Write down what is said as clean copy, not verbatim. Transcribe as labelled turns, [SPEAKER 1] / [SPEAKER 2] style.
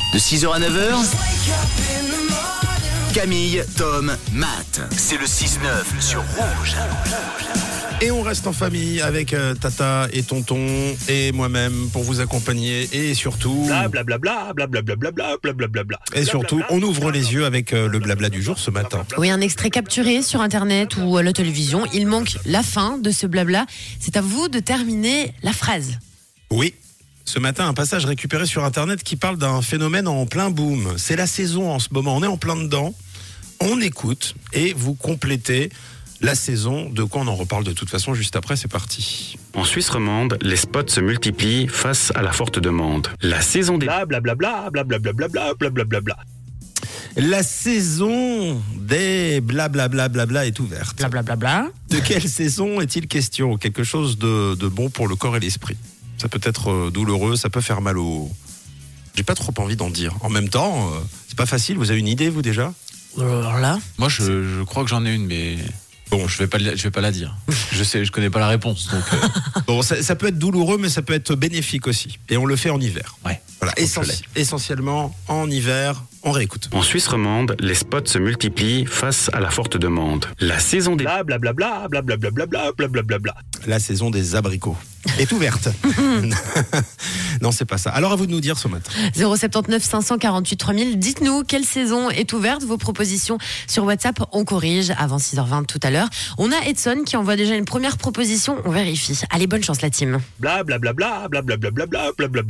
[SPEAKER 1] De 6h à 9h, Camille, Tom, Matt. C'est le 6-9 sur Rouge.
[SPEAKER 2] Et on reste en famille avec Tata et Tonton et moi-même pour vous accompagner et surtout...
[SPEAKER 3] Blablabla, blablabla, blablabla.
[SPEAKER 2] Et surtout, on ouvre les yeux avec le blabla du jour ce matin.
[SPEAKER 4] Oui, un extrait capturé sur Internet ou à la télévision. Il manque la fin de ce blabla. C'est à vous de terminer la phrase.
[SPEAKER 2] Oui. Ce matin, un passage récupéré sur Internet qui parle d'un phénomène en plein boom. C'est la saison en ce moment, on est en plein dedans. On écoute et vous complétez la saison. De quoi on en reparle de toute façon juste après, c'est parti.
[SPEAKER 5] En Suisse romande, les spots se multiplient face à la forte demande. La saison des...
[SPEAKER 3] Blablabla, blablabla, blablabla.
[SPEAKER 2] La saison des blablabla est ouverte.
[SPEAKER 4] Blablabla.
[SPEAKER 2] De quelle saison est-il question ? Quelque chose de bon pour le corps et l'esprit. Ça peut être douloureux, ça peut faire mal au... J'ai pas trop envie d'en dire. En même temps, c'est pas facile. Vous avez une idée, vous, déjà ?
[SPEAKER 4] Alors là,
[SPEAKER 6] Moi, je crois que j'en ai une, mais bon, je vais pas la dire. Je connais pas la réponse, donc.
[SPEAKER 2] Bon, ça peut être douloureux, mais ça peut être bénéfique aussi. Et on le fait en hiver.
[SPEAKER 6] Ouais.
[SPEAKER 2] Voilà, essentiellement en hiver. On réécoute.
[SPEAKER 5] En Suisse romande, les spots se multiplient face à la forte demande. La saison des...
[SPEAKER 3] Blablabla, blablabla, blablabla.
[SPEAKER 2] La saison des abricots est ouverte. Non, c'est pas ça. Alors à vous de nous dire ce matin.
[SPEAKER 4] 079 548 3000. Dites-nous quelle saison est ouverte. Vos propositions sur WhatsApp, on corrige avant 6h20 tout à l'heure. On a Edson qui envoie déjà une première proposition. On vérifie. Allez, bonne chance la team.
[SPEAKER 3] Blablabla, blablabla, blablabla.